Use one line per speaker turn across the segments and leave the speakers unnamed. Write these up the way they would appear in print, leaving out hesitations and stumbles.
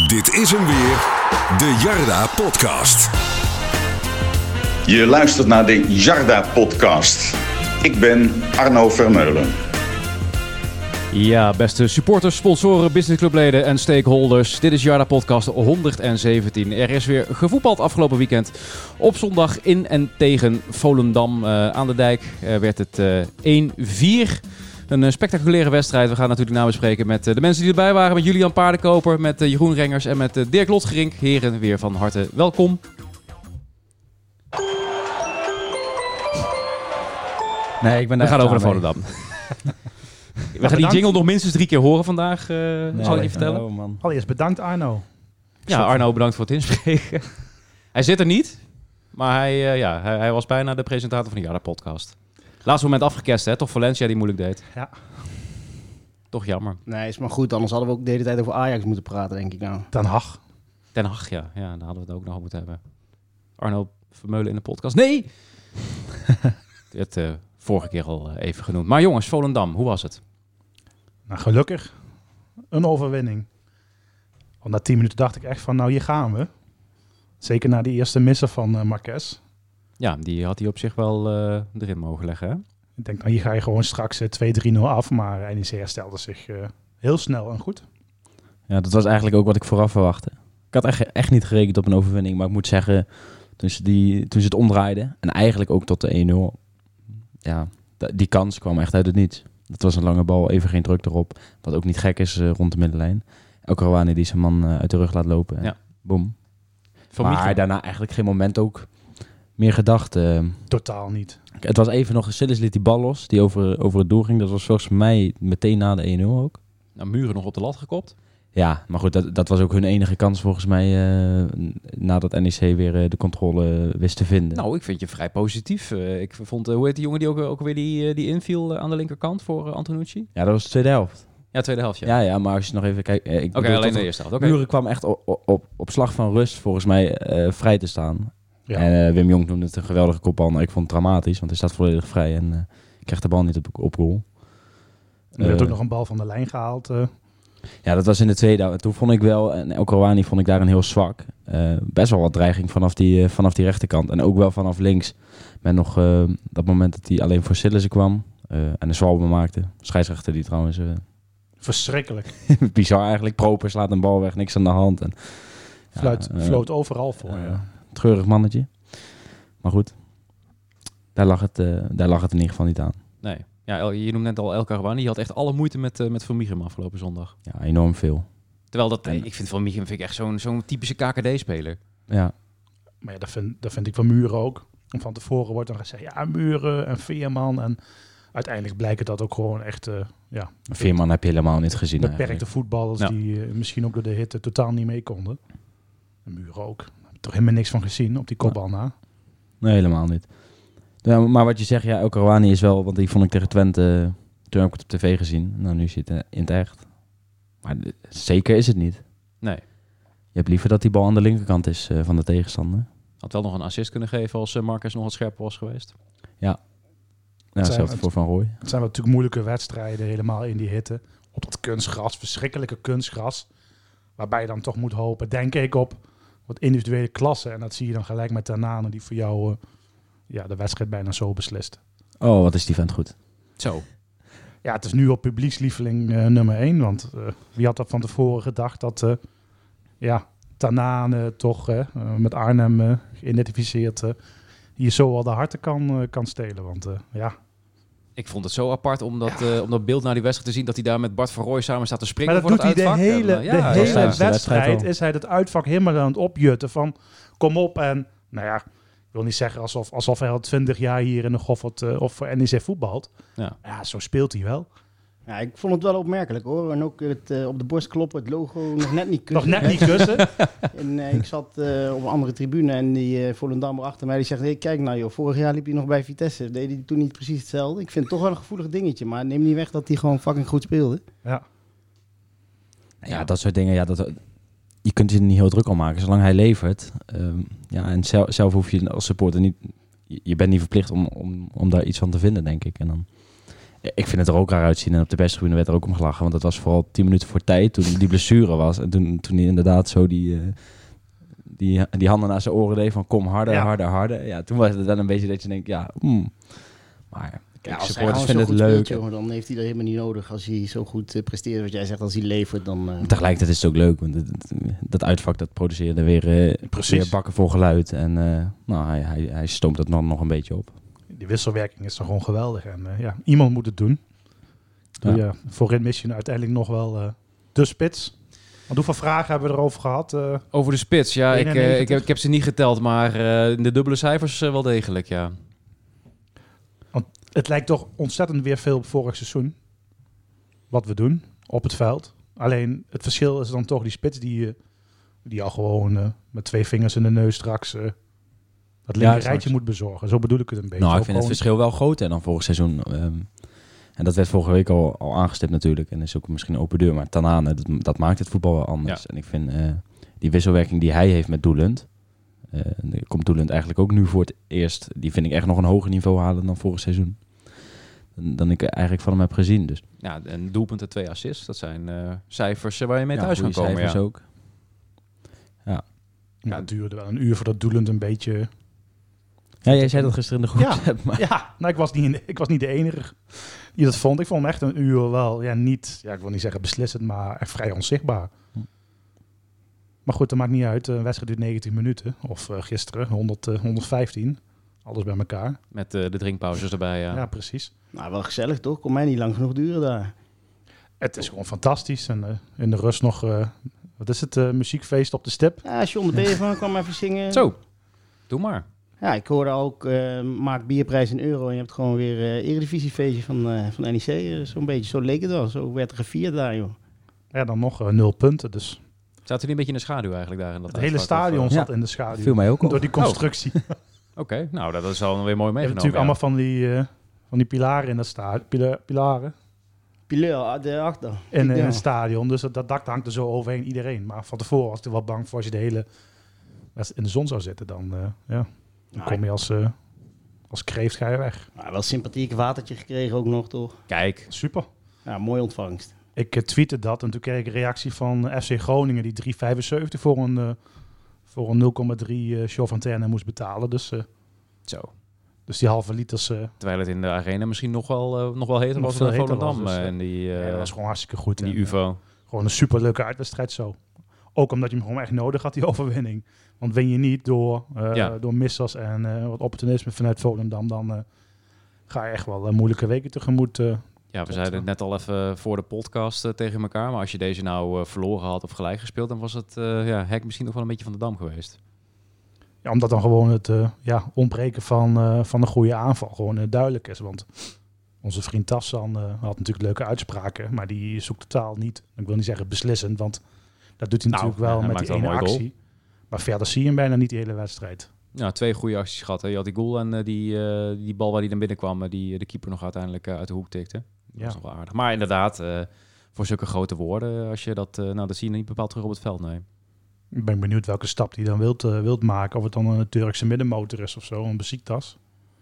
Dit is hem weer, de Jarda Podcast.
Je luistert naar de Jarda Podcast. Ik ben Arno Vermeulen.
Ja, beste supporters, sponsoren, businessclubleden en stakeholders. Dit is Jarda Podcast 117. Er is weer gevoetbald afgelopen weekend. Op zondag in en tegen Volendam aan de Dijk werd het 1-4. Een spectaculaire wedstrijd. We gaan natuurlijk nabespreken met de mensen die erbij waren. Met Julian Paardenkoper, met Jeroen Rengers en met Dirk Lotgerink. Heren, weer van harte welkom.
Nee, ik ben
We gaan over naar Volendam. We gaan die jingle nog minstens 3 keer horen vandaag, zal ik je vertellen.
Oh, man.
Allereerst bedankt Arno.
Ja, Arno, bedankt voor het inspreken. Hij zit er niet, maar hij was bijna de presentator van de Jarda Podcast. Laatste moment afgekest, hè? Toch Valencia die moeilijk deed.
Ja.
Toch jammer.
Nee, is maar goed. Anders hadden we ook de hele tijd over Ajax moeten praten, denk ik nou.
Den Haag.
Den Haag, ja. Ja, daar hadden we het ook nog moeten hebben. Arno Vermeulen in de podcast. Nee! Het vorige keer al even genoemd. Maar jongens, Volendam, hoe was het?
Nou, gelukkig. Een overwinning. Want na 10 minuten dacht ik echt van, nou hier gaan we. Zeker na die eerste missen van Marquez.
Ja, die had hij op zich wel erin mogen leggen, hè?
Ik denk, nou hier ga je gewoon straks 2-3-0 af. Maar NEC herstelde zich heel snel en goed.
Ja, dat was eigenlijk ook wat ik vooraf verwachtte. Ik had echt niet gerekend op een overwinning. Maar ik moet zeggen, toen ze het omdraaiden en eigenlijk ook tot de 1-0... Ja, die kans kwam echt uit het niets. Dat was een lange bal, even geen druk erop. Wat ook niet gek is rond de middenlijn. El Karouani die zijn man uit de rug laat lopen.
Ja.
Boom.
Van
maar
Michel.
daarna eigenlijk geen moment ook meer gedacht.
Totaal niet.
Het was even nog, Sillis liet die bal los, die over het doel ging. Dat was volgens mij meteen na de 1-0 ook.
Nou, Muren nog op de lat gekopt.
Ja, maar goed, dat was ook hun enige kans volgens mij nadat NEC weer de controle wist te vinden.
Nou, ik vind je vrij positief. Ik vond, hoe heet die jongen die ook weer die inviel aan de linkerkant voor Antonucci?
Ja, dat was de tweede helft.
Ja, tweede helft, ja.
Ja, maar als je nog even kijkt...
Oké, alleen de eerste helft. Oké.
Muren kwam echt op slag van rust volgens mij vrij te staan.
Ja.
En Wim Jong noemde het een geweldige kopbal. Maar ik vond het dramatisch, want hij staat volledig vrij en krijgt de bal niet op goal.
Er werd ook nog een bal van de lijn gehaald.
Ja, dat was in de tweede. Toen vond ik wel, en El Karouani vond ik daarin heel zwak. Best wel wat dreiging vanaf die rechterkant. En ook wel vanaf links. Met nog dat moment dat hij alleen voor Sillissen kwam. En een zwalbe maakte. Scheidsrechter die trouwens...
Verschrikkelijk.
bizar eigenlijk. Proper slaat een bal weg, niks aan de hand. En,
Floot overal voor.
Treurig mannetje. Maar goed. Daar lag het in ieder geval niet aan.
Nee. Ja, je noemt net al El Karouani. Die had echt alle moeite met Van Michel afgelopen zondag.
Ja, enorm veel.
Terwijl ik vind Van Michel echt zo'n typische KKD-speler.
Ja.
Maar ja, dat vind ik van Muren ook. En van tevoren wordt dan gezegd, ja, Muren en Veerman. En uiteindelijk blijkt dat ook gewoon echt...
Veerman heb je helemaal niet gezien.
beperkte
eigenlijk.
voetballers die misschien ook door de hitte totaal niet mee konden. En Muren ook. Daar heb ik toch helemaal niks van gezien op die kopbal na.
Nee, helemaal niet. Ja, maar wat je zegt, ja, El Karouani is wel... Want die vond ik tegen Twente... Toen heb ik het op tv gezien. Nou, nu zit het in het echt. Maar zeker is het niet.
Nee.
Je hebt liever dat die bal aan de linkerkant is van de tegenstander.
Had wel nog een assist kunnen geven als Marquez nog wat scherper was geweest.
Ja, hetzelfde voor Van Rooij.
Het zijn wel natuurlijk moeilijke wedstrijden, helemaal in die hitte. Op dat kunstgras, verschrikkelijke kunstgras. Waarbij je dan toch moet hopen, denk ik, op wat individuele klasse. En dat zie je dan gelijk met Tanane, die voor jou de wedstrijd bijna zo beslist.
Oh, wat is die vent goed.
Zo.
Ja, het is nu op publiekslieveling nummer 1. Want wie had dat van tevoren gedacht dat Tanane toch met Arnhem geïdentificeerd... hier zo al de harten kan stelen. Want
Ik vond het zo apart om dat beeld naar die wedstrijd te zien... dat hij daar met Bart van Rooij samen staat te springen
maar dat
voor
doet
het
hij
uitvak.
de hele
tijdens de
wedstrijd
wedstrijd
is hij het uitvak helemaal aan het opjutten van... kom op en, nou ja, ik wil niet zeggen alsof hij al 20 jaar hier in de Goffert of voor NEC voetbalt. Ja, zo speelt hij wel.
Ja, ik vond het wel opmerkelijk hoor. En ook het op de borst kloppen, het logo nog net niet kussen.
Nog net niet kussen.
En ik zat op een andere tribune en die Volendammer achter mij die zegt... Hey, kijk nou joh, vorig jaar liep hij nog bij Vitesse. Deed hij toen niet precies hetzelfde. Ik vind het toch wel een gevoelig dingetje. Maar neem niet weg dat hij gewoon fucking goed speelde.
Ja, dat soort dingen. Ja, je kunt je er niet heel druk om maken. Zolang hij levert. En zelf hoef je als supporter niet... Je bent niet verplicht om daar iets van te vinden, denk ik. En dan ik vind het er ook raar uitzien. En op de perstribune werd er ook om gelachen. Want dat was vooral 10 minuten voor tijd toen die blessure was. En toen hij inderdaad zo die handen naar zijn oren deed van kom harder, harder. Ja, toen was het wel een beetje dat je denkt, maar kijk, supporters vinden het leuk.
Speelt, dan heeft hij dat helemaal niet nodig als hij zo goed presteert. Wat jij zegt, als hij levert, dan...
Tegelijkertijd is het ook leuk, want dat uitvak dat produceerde weer bakken vol geluid. En hij stoomt het nog een beetje op.
Die wisselwerking is toch gewoon geweldig. En iemand moet het doen. Voorin mis je uiteindelijk nog wel de spits. Want hoeveel vragen hebben we erover gehad?
Over de spits, ja. Ik heb ze niet geteld, maar in de dubbele cijfers wel degelijk, ja.
Want het lijkt toch ontzettend weer veel op vorig seizoen. Wat we doen op het veld. Alleen het verschil is dan toch die spits die al gewoon met 2 vingers in de neus straks dat linker rijtje moet bezorgen. Zo bedoel ik het een beetje.
Nou, ik vind het verschil wel groter dan vorig seizoen. En dat werd vorige week al aangestipt natuurlijk. En is ook misschien een open deur. Maar Tanane, dat maakt het voetbal wel anders. Ja. En ik vind die wisselwerking die hij heeft met Doelund. Komt Doelund eigenlijk ook nu voor het eerst. Die vind ik echt nog een hoger niveau halen dan vorig seizoen. Dan ik eigenlijk van hem heb gezien. Dus.
Ja, en doelpunten 2 assists. Dat zijn cijfers waar je mee thuis kan komen.
Cijfers ook. Ja.
Het duurde wel een uur voordat Doelund een beetje...
Ja, jij zei dat gisteren in de groep.
Ja, maar... nou, ik was niet de enige die dat vond. Ik vond hem echt een uur wel, niet, ik wil niet zeggen beslissend, maar echt vrij onzichtbaar. Maar goed, dat maakt niet uit. Een wedstrijd duurt 90 minuten. Of gisteren 115. Alles bij elkaar.
Met de drinkpauzes erbij, ja.
Ja, precies.
Nou, wel gezellig toch? Kon mij niet lang genoeg duren daar.
Het is gewoon fantastisch. En in de rust nog, wat is het, muziekfeest op de stip?
Ja, John de Bever kwam even zingen.
Zo, doe maar. Ja,
ik hoorde ook, maak bierprijs in euro en je hebt gewoon weer eredivisiefeestje van NEC. Zo'n beetje, zo leek het wel. Zo werd er gevierd daar, joh.
Ja, dan nog 0 punten, dus...
Zaten jullie een beetje in de schaduw eigenlijk daar? In dat
het hele stadion zat in de schaduw.
Viel mij ook op.
Door die constructie.
Oké, nou dat is al weer mooi meegenomen.
Je hebt natuurlijk allemaal van die pilaren in dat stadion. Pilaren.
Pileur, daarachter.
In het stadion. Dus dat dak hangt er zo overheen iedereen. Maar van tevoren was ik er wel bang voor als je de hele... in de zon zou zitten, dan kom je als kreeft ga je weg.
Nou, wel sympathiek watertje gekregen ook nog, toch?
Kijk.
Super.
Ja, mooie ontvangst.
Ik tweette dat en toen kreeg ik een reactie van FC Groningen die 3,75 voor een 0,3 Chauvanterne moest betalen. Dus,
zo.
Dus die halve liters...
Terwijl het in de arena misschien nog wel heter was dan Volendam. Dus, dat
was gewoon hartstikke goed.
Die UVO.
Gewoon een superleuke uitwedstrijd zo. Ook omdat je hem gewoon echt nodig had, die overwinning. Want win je niet door missers en wat opportunisme vanuit Volendam, dan ga je echt wel moeilijke weken tegemoet.
Ja, we zeiden het net al even voor de podcast tegen elkaar. Maar als je deze nou verloren had of gelijk gespeeld, dan was het hek misschien nog wel een beetje van de dam geweest.
Ja, omdat dan gewoon het ontbreken van een goede aanval gewoon duidelijk is. Want onze vriend Tassan had natuurlijk leuke uitspraken, maar die zoekt totaal niet, ik wil niet zeggen beslissend, want dat doet hij natuurlijk wel met die ene actie. Goal. Maar verder zie je hem bijna niet die hele wedstrijd.
Ja, 2 goede acties gehad. Hè. Je had die goal en die bal waar die dan binnenkwam, die de keeper nog uiteindelijk uit de hoek tikte. Dat was nog wel aardig. Maar inderdaad, voor zulke grote woorden, als je dat zie je niet bepaald terug op het veld, nee.
Ik ben benieuwd welke stap hij dan wilt maken. Of het dan een Turkse middenmotor is of zo, een Besiktas.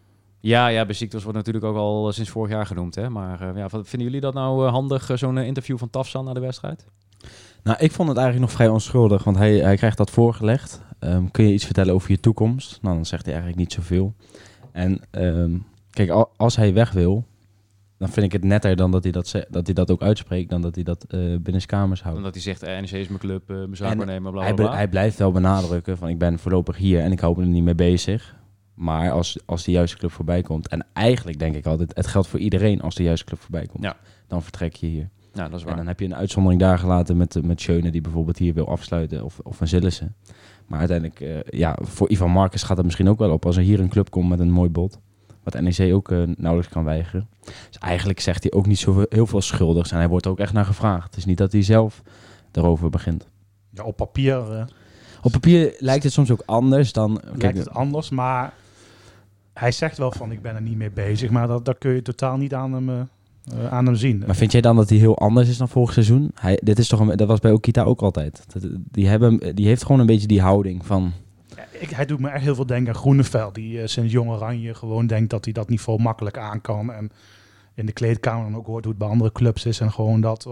Ja, Besiktas wordt natuurlijk ook al sinds vorig jaar genoemd. Hè? Maar vinden jullie dat nou handig, zo'n interview van Tafsan na de wedstrijd?
Nou, ik vond het eigenlijk nog vrij onschuldig, want hij krijgt dat voorgelegd. Kun je iets vertellen over je toekomst? Nou, dan zegt hij eigenlijk niet zoveel. En kijk, als hij weg wil, dan vind ik het netter dan dat hij dat ook uitspreekt, dan dat hij dat binnenskamers houdt.
Dan dat hij zegt, NEC is mijn club, mijn zaakwaarnemer, bla bla bla.
Hij blijft wel benadrukken van ik ben voorlopig hier en ik hou me er niet mee bezig. Maar als de juiste club voorbij komt, en eigenlijk denk ik altijd, het geldt voor iedereen als de juiste club voorbij komt, dan vertrek je hier.
Ja, dat is waar.
En dan heb je een uitzondering daar gelaten met Schöne, die bijvoorbeeld hier wil afsluiten, of een Sillissen. Maar uiteindelijk, voor Ivan Marcus gaat het misschien ook wel op als er hier een club komt met een mooi bod. Wat NEC ook nauwelijks kan weigeren. Dus eigenlijk zegt hij ook niet zo heel veel schuldigs. En hij wordt er ook echt naar gevraagd. Het is niet dat hij zelf daarover begint.
Ja, op papier...
Op papier lijkt het soms ook anders dan...
Lijkt het anders, maar hij zegt wel van ik ben er niet mee bezig. Maar dat kun je totaal niet aan hem zien.
Maar vind jij dan dat hij heel anders is dan vorig seizoen? Dat was bij Okita ook altijd. Die heeft gewoon een beetje die houding van...
Hij doet me echt heel veel denken aan Groeneveld. Die sinds jong Oranje gewoon denkt dat hij dat niveau makkelijk aan kan. En in de kleedkamer dan ook hoort hoe het bij andere clubs is. En gewoon dat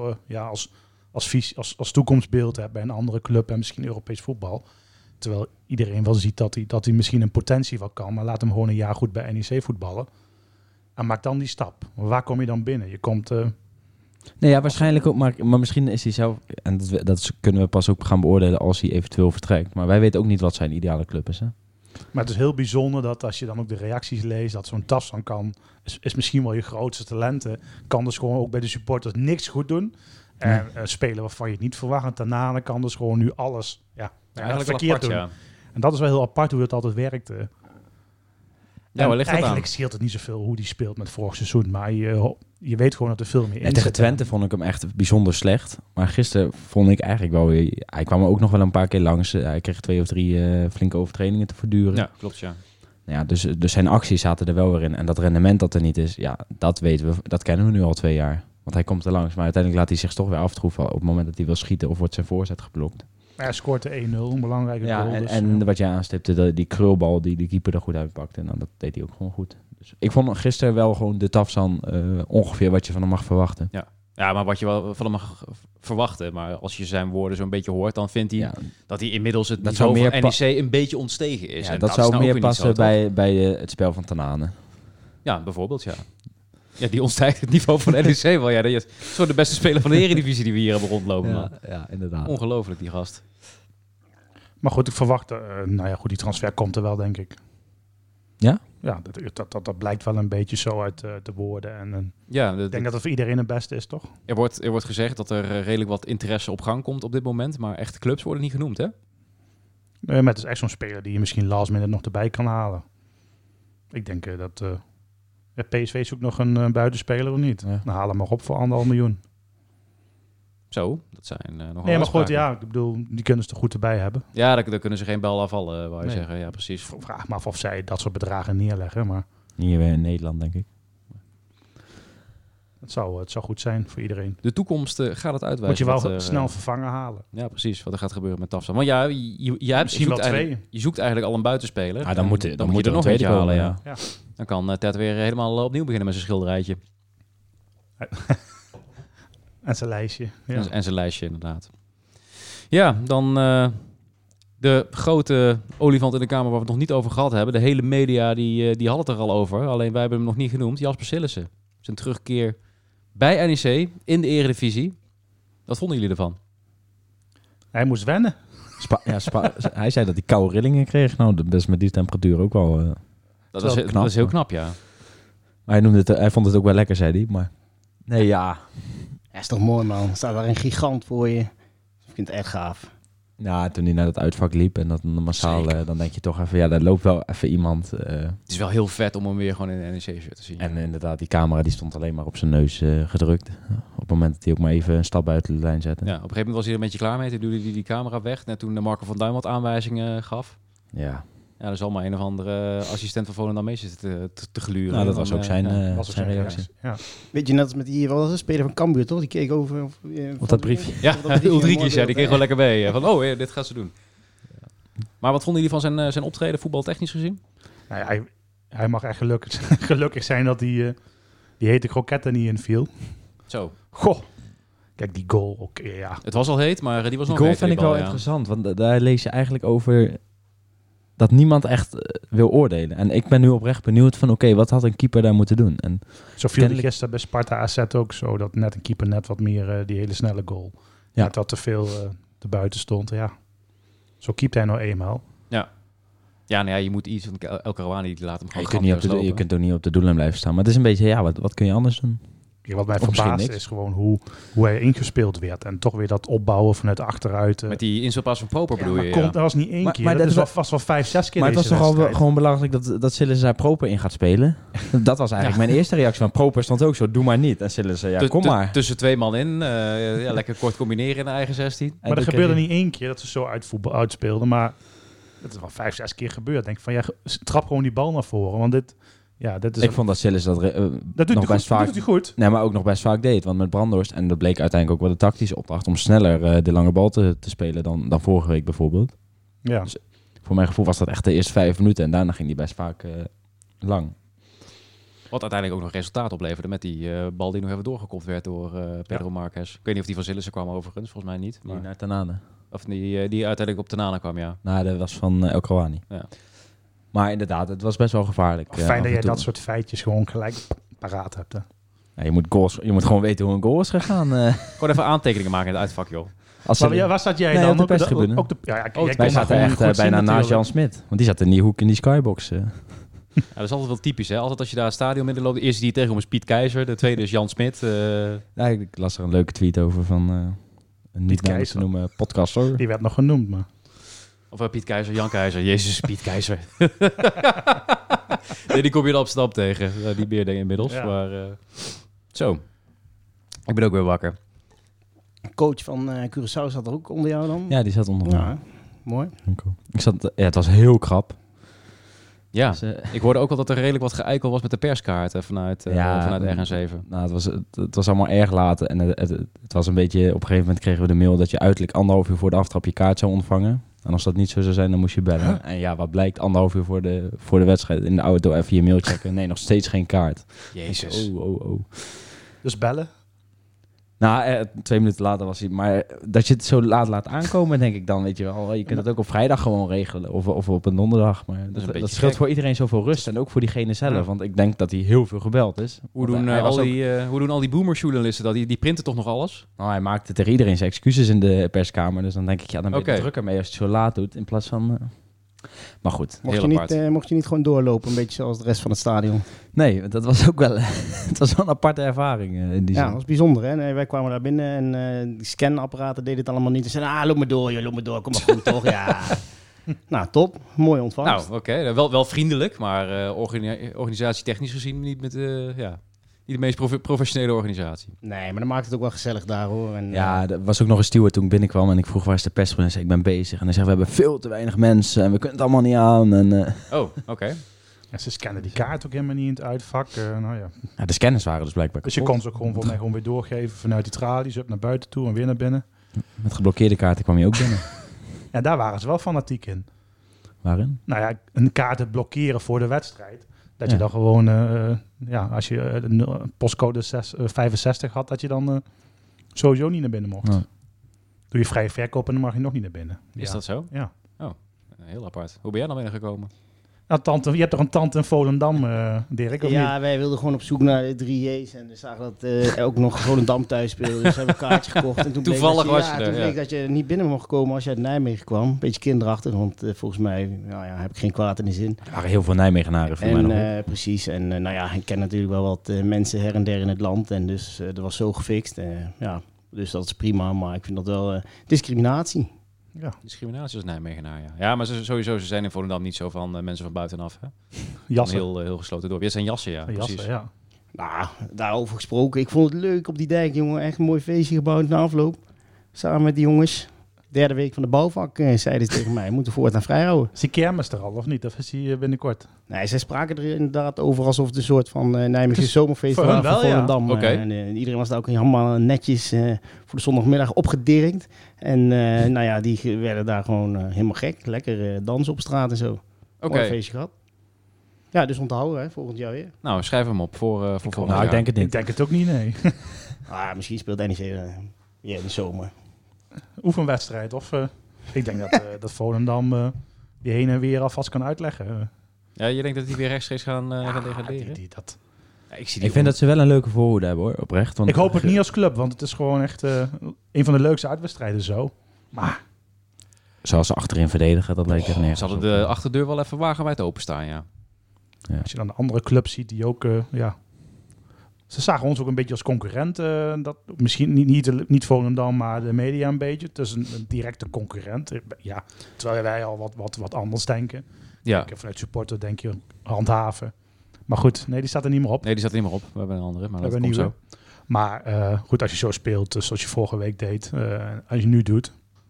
als toekomstbeeld hebt bij een andere club en misschien Europees voetbal. Terwijl iedereen wel ziet dat hij misschien een potentie wel kan. Maar laat hem gewoon een jaar goed bij NEC voetballen. En maak dan die stap. Maar waar kom je dan binnen? Je komt...
Nee, ja, waarschijnlijk ook. Maar misschien is hij zelf... En dat kunnen we pas ook gaan beoordelen als hij eventueel vertrekt. Maar wij weten ook niet wat zijn ideale club is, hè?
Maar het is heel bijzonder dat als je dan ook de reacties leest... dat zo'n Tafsan kan... Is misschien wel je grootste talenten. Kan dus gewoon ook bij de supporters niks goed doen. En spelen waarvan je het niet verwacht. Tanane kan dus gewoon nu alles...
Eigenlijk
verkeerd
apart,
doen.
ja.
En dat is wel heel apart hoe dat altijd werkte.
Ja, waar ligt dat
eigenlijk
aan?
scheelt het niet zoveel hoe die speelt met vorig seizoen. Maar je weet gewoon dat er veel meer in
En tegen
zit.
Twente vond ik hem echt bijzonder slecht. Maar gisteren vond ik eigenlijk wel weer... Hij kwam er ook nog wel een paar keer langs. Hij kreeg 2 of 3 flinke overtredingen te verduren.
Ja, klopt, ja.
Ja, dus zijn acties zaten er wel weer in. En dat rendement dat er niet is, ja, dat weten we. Dat kennen we nu al 2 jaar. Want hij komt er langs. Maar uiteindelijk laat hij zich toch weer aftroeven op het moment dat hij wil schieten of wordt zijn voorzet geblokt.
Hij scoort de 1-0, een belangrijke
Ja,
goal.
en wat jij aanstipte, die krulbal die de keeper er goed uitpakte. En dat deed hij ook gewoon goed. Dus ik vond gisteren wel gewoon de Tafsan ongeveer wat je van hem mag verwachten.
Ja, maar wat je wel van hem mag verwachten. Maar als je zijn woorden zo'n beetje hoort, dan vindt hij
Ja,
dat hij inmiddels het
Dat
niveau
zou
van
meer
NEC een beetje ontstegen is.
ja,
En
dat
is
zou
nou ook
meer
weer niet zo,
passen
toch?
bij het spel van Tanane.
Ja, bijvoorbeeld, ja. Ja, die ontstijgt het niveau van NEC wel. Ja, dat is zo de beste speler van de Eredivisie die we hier hebben rondlopen, man.
Ja, inderdaad.
Ongelooflijk, die gast.
Maar goed, ik verwacht... die transfer komt er wel, denk ik.
Ja?
Ja, dat blijkt wel een beetje zo uit de woorden. En
Ja,
ik denk dat het voor iedereen het beste is, toch?
er wordt gezegd dat er redelijk wat interesse op gang komt op dit moment. Maar echte clubs worden niet genoemd, hè?
Maar het is echt zo'n speler die je misschien last minute nog erbij kan halen. Ik denk dat... PSV zoekt nog een buitenspeler of niet?
Ja.
Dan haal hem maar op voor 1,5 miljoen.
Zo, dat zijn nogal
Nee, maar goed,
uitspraken.
ja, ik bedoel, die kunnen ze er goed erbij hebben.
Ja, daar kunnen ze geen bel afvallen, wou je
Nee.
zeggen. Ja, precies.
Vraag me af of zij dat soort bedragen neerleggen, maar
Hier weer in Nederland, denk ik.
het zou goed zijn voor iedereen.
De toekomst gaat het uitwijzen.
Moet je wel
wat er,
snel vervangen halen.
Ja, precies. Wat er gaat gebeuren met Tafsan. Want ja, je
Misschien wel 2.
Je zoekt eigenlijk al een buitenspeler.
Ah, dan moet
je
er
er nog
een
eentje halen, ja.
Ja.
Dan kan Ted weer helemaal opnieuw beginnen met zijn schilderijtje.
En zijn lijstje. Ja.
En zijn lijstje, inderdaad. Ja, dan de grote olifant in de kamer waar we het nog niet over gehad hebben. De hele media die had het er al over. Alleen wij hebben hem nog niet genoemd. Jasper Sillissen. Zijn terugkeer bij NEC in de Eredivisie. Wat vonden jullie ervan?
Hij moest wennen.
Hij zei dat hij koude rillingen kreeg. Nou, dat is met die temperatuur ook wel...
Dat
wel
is
knap,
heel
hoor.
knap, ja.
Maar hij vond het ook wel lekker, zei hij. Maar nee, ja.
Ja, is toch mooi, man. Er staat daar een gigant voor je. Ik vind het echt gaaf.
Ja, toen hij naar dat uitvak liep en dat massaal, dan denk je toch even, ja, daar loopt wel even iemand.
Het is wel heel vet om hem weer gewoon in een NEC-shirt te zien.
En inderdaad, die camera die stond alleen maar op zijn neus gedrukt. Op het moment dat hij ook maar even een stap buiten de lijn zette.
Ja, op een gegeven moment was hij er een beetje klaar mee. Toen duwde hij die camera weg. Net toen Marco van Duin wat aanwijzingen gaf.
Ja.
Ja, er zal maar een of andere assistent van Volendam mee zitten te gluren.
Nou, dat was ook zijn,
Was ook
zijn reactie.
Ja.
Weet je, net als met die wat was het, speler van Cambuur, toch? Die keek over...
Op dat briefje.
Ja, Ulrikjes, ja, die kreeg
wel
wel lekker mee. Van, dit gaat ze doen. Maar wat vonden jullie van zijn optreden, voetbaltechnisch gezien?
Nou ja, hij mag echt gelukkig zijn dat die hete kroket er niet in viel.
Zo,
Goh. Kijk, die goal ook. Ja.
het was al heet, maar die was
Die
nog
goal
heter,
vind ik
die bal,
wel
ja.
interessant, want daar lees je eigenlijk over dat niemand echt wil oordelen. En ik ben nu oprecht benieuwd van, oké, wat had een keeper daar moeten doen? En
Zo viel die gisteren bij Sparta AZ ook zo. Dat net een keeper net wat meer die hele snelle goal.
Ja.
Net dat te veel erbuiten stond. Ja. Zo keept hij nou eenmaal.
Ja, nou ja, je moet iets van El Karouani, die laat hem gewoon
je kunt ook niet op de doellijn blijven staan. Maar het is een beetje, ja, wat kun je anders doen?
Ja, wat mij
Of misschien
verbaast
niks.
is gewoon hoe hij ingespeeld werd. En toch weer dat opbouwen vanuit achteruit.
Met die inspelpaas van Proper bedoel
maar
je,
dat was niet één
Maar-
keer.
maar
dat
dat
was wel 5-6 keer
Maar het was
deze
toch al
wedstrijd.
gewoon belangrijk dat Sillissen daar Proper in gaat spelen? Dat was eigenlijk mijn eerste reactie. Van Proper stond ook zo, doe maar niet. En Sillissen, ja, kom maar.
Tussen 2 man in, lekker kort combineren in de eigen 16.
Maar dat gebeurde niet één keer dat ze zo uitspeelden. Maar het is wel 5-6 keer gebeurd. Denk van, ja, trap gewoon die bal naar voren. Want dit is
Ik vond dat Sillissen dat
dat doet
nog
hij
best
goed.
vaak...
Dat doet hij goed.
Nee, maar ook nog best vaak deed. Want met Brandhorst, en dat bleek uiteindelijk ook wel de tactische opdracht... om sneller de lange bal te spelen dan vorige week bijvoorbeeld.
Ja.
Voor mijn gevoel was dat echt de eerste 5 minuten. En daarna ging die best vaak lang.
Wat uiteindelijk ook nog resultaat opleverde met die bal die nog even doorgekopt werd door Pedro Marques. Ik weet niet of die van Sillissen kwam overigens, volgens mij niet.
Die
Maar,
naar Tanane.
of die uiteindelijk op Tanane kwam, ja.
Nou, dat was van El Krouani.
Ja.
Maar inderdaad, het was best wel gevaarlijk.
Fijn
af
dat
en
jij
toe.
dat soort feitjes gewoon gelijk paraat hebt. Hè.
Ja, je moet gewoon weten hoe een goal is gegaan.
Gewoon even aantekeningen maken in het uitvak, joh.
Als ze-
Maar waar zat jij
Nee,
dan?
op de perstribune.
Ook jij kon
wij
dat
zaten
gewoon
echt
goed zien
bijna naast
natuurlijk.
Jan Smit. Want die zat in die hoek in die skybox.
Ja, dat is altijd wel typisch, hè. Altijd als je daar het stadion midden loopt, de eerste die je tegenkomt is Piet Keizer, de tweede is Jan Smit.
Ja, ik las er een leuke tweet over van een niet namelijk te
Keizer.
noemen podcaster.
Die werd nog genoemd, maar...
Of Piet Keizer, Jan Keizer. Jezus, Piet Keizer. Nee, die kom je in Amsterdam tegen. Die meer denk ik inmiddels.
Ja.
Maar, zo. Ik ben ook weer wakker.
Coach van Curaçao zat er ook onder jou dan?
Ja, die zat onder me.
Ja, mooi.
Ik zat, ja, het was heel krap.
Ja,
Dus,
ik hoorde ook al dat er redelijk wat geëikel was met de perskaarten vanuit RN7.
Nou, het was allemaal erg laat. En het was een beetje... Op een gegeven moment kregen we de mail dat je uiterlijk 1,5 uur voor de aftrap je kaart zou ontvangen. En als dat niet zo zou zijn, dan moest je bellen.
Huh?
En ja, wat blijkt? 1,5 uur voor de wedstrijd in de auto even je mail checken. Nee, nog steeds geen kaart.
Jezus.
Oh.
Dus bellen?
Nou, 2 minuten later was hij... Maar dat je het zo laat aankomen, denk ik dan, weet je wel. Je kunt het ook op vrijdag gewoon regelen. Of op een donderdag. Maar
een
dat
beetje
scheelt
gek.
voor iedereen zoveel rust. En ook voor diegene zelf.
Ja.
Want ik denk dat hij heel veel gebeld is.
Hoe
Want
doen,
hij was
hoe doen al die boomerjournalisten dat? Die printen toch nog alles?
Nou, hij maakte tegen iedereen zijn excuses in de perskamer. Dus dan denk ik, ja, dan ben je
Oké.
drukker mee als je het zo laat doet. In plaats van... Maar goed.
Mocht je niet gewoon doorlopen, een beetje zoals de rest van het stadion?
Nee, dat was ook wel... het was wel een aparte ervaring in die
Ja,
zin.
dat was bijzonder. Hè? Nee, wij kwamen daar binnen en die scanapparaten deden het allemaal niet. Ze zeiden, loop maar door, joh, loop maar door, kom maar goed, toch? Ja. Nou, top. Mooie ontvangst.
Nou, oké. Wel vriendelijk, maar organisatietechnisch gezien niet met niet de meest professionele organisatie.
Nee, maar dan maakt het ook wel gezellig daar, hoor. En,
Ja, er was ook nog een steward toen ik binnenkwam en ik vroeg waar is de persbron en zei ik ben bezig. En hij zegt we hebben veel te weinig mensen en we kunnen het allemaal niet aan. En,
Oh, oké.
Ja, ze scannen die kaart ook helemaal niet in het uitvak. Nou ja.
ja, de scanners waren dus blijkbaar
Dus je
kapot.
kon ze ook gewoon voor mij gewoon weer doorgeven vanuit die tralies, up naar buiten toe en weer naar binnen.
Met geblokkeerde kaarten kwam je ook binnen.
Ja, daar waren ze wel fanatiek in.
Waarin?
Nou ja, een kaarten blokkeren voor de wedstrijd. Dat
Ja.
je dan gewoon, als je postcode 65 had, dat je dan sowieso niet naar binnen mocht.
Ja.
Doe je vrije verkoop en dan mag je nog niet naar binnen.
Is
Ja.
dat zo?
Ja.
Heel apart. Hoe ben jij dan binnengekomen?
Nou, je hebt toch een tante in Volendam, Dirk, of
ja,
niet?
wij wilden gewoon op zoek naar de 3J's en we zagen dat ook nog Volendam thuis speelde. Dus hebben we een kaartje gekocht. En toen bleek
Toevallig
dat
was je er,
toen
ja.
bleek dat je niet binnen mocht komen als je uit Nijmegen kwam. Beetje kinderachtig, want volgens mij heb ik geen kwaad in de zin.
Er waren heel veel Nijmegenaren voor mij nog.
En precies, en ik ken natuurlijk wel wat mensen her en der in het land. En dus dat was zo gefixt. Dus dat is prima, maar ik vind dat wel discriminatie.
Ja.
Discriminatie als Nijmegenaar, ja. Ja, maar ze zijn in Volendam niet zo van mensen van buitenaf, hè?
Jassen.
Heel gesloten dorp. Ja, het zijn jassen, ja.
Jassen,
Precies.
ja.
Nou, daarover gesproken. Ik vond het leuk op die dijk, jongen. Echt een mooi feestje gebouwd na afloop. Samen met die jongens. Derde week van de bouwvak zeiden ze tegen mij. We moeten voortaan vrijhouden.
Is die kermis er al, of niet? Of is die binnenkort?
Nee, zij spraken er inderdaad over alsof het een soort van Nijmegen zomerfeest
voor
was
hun
van
wel, ja.
Volendam.
Oké.
En iedereen was daar ook helemaal netjes voor de zondagmiddag opgedirkt. En die werden daar gewoon helemaal gek. Lekker dansen op straat en zo.
Oké.
Mooi feestje gehad. Ja, dus onthouden, hè, volgend jaar weer.
Nou, schrijf hem op voor volgend
Nou,
jaar.
ik denk het
Ik
niet.
denk het ook niet, nee.
Misschien speelt NEC weer in de zomer.
Oefenwedstrijd. Of ik denk dat Volendam die heen en weer alvast kan uitleggen.
Ja, je denkt dat die weer rechtstreeks gaan
Ja,
degraderen?
dat.
Ja, ik zie die
Ik vind dat ze wel een leuke voorhoede hebben hoor, oprecht. Want
Ik hoop het niet als club, want het is gewoon echt een van de leukste uitwedstrijden zo. Maar
Zoals ze achterin verdedigen, dat lijkt er nergens
Ze hadden
op.
de achterdeur wel even wagenwijd openstaan, ja.
als je dan de andere clubs ziet die ook, ze zagen ons ook een beetje als concurrent. Dat, misschien niet Volendam, maar de media een beetje. Het is een directe concurrent. Ja, terwijl wij al wat anders denken.
Ja.
Vanuit supporter denk je handhaven. Maar goed, nee, die staat er niet meer op.
Nee, die staat er niet meer op. We hebben een andere, maar
We
dat
hebben
komt
een
zo.
Maar goed, als je zo speelt, zoals je vorige week deed, als je nu doet,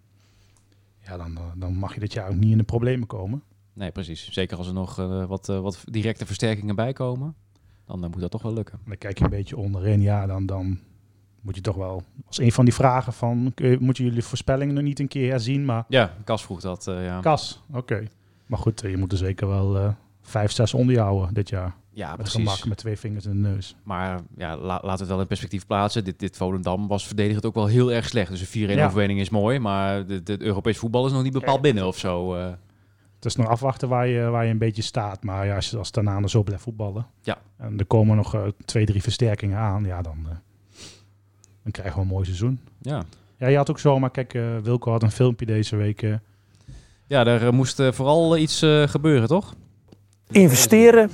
ja, dan mag je dit jaar ook niet in de problemen komen.
Nee, precies. Zeker als er nog wat directe versterkingen bij komen. Dan moet dat toch wel lukken.
En dan kijk je een beetje onderin, ja, dan moet je toch wel, als een van die vragen van, moeten jullie voorspellingen nog niet een keer herzien, maar
Ja, Cas vroeg dat, ja.
Kas, oké. Maar goed, je moet er zeker wel 5-6 onder je houden dit jaar.
Ja,
met
precies.
gemak, met 2 vingers in de neus.
Maar ja, laten we het wel in perspectief plaatsen. Dit Volendam was verdedigend ook wel heel erg slecht. Dus een 4-1 overwinning is mooi. Maar het Europees voetbal is nog niet bepaald binnen of zo.
Het is nog afwachten waar je een beetje staat. Maar ja, als Tanane zo blijft voetballen.
Ja.
En er komen nog 2-3 versterkingen aan. Ja, dan krijgen we een mooi seizoen.
Ja.
Ja, je had ook zomaar... Kijk, Wilco had een filmpje deze week.
Ja, er moest vooral iets gebeuren, toch?
Investeren.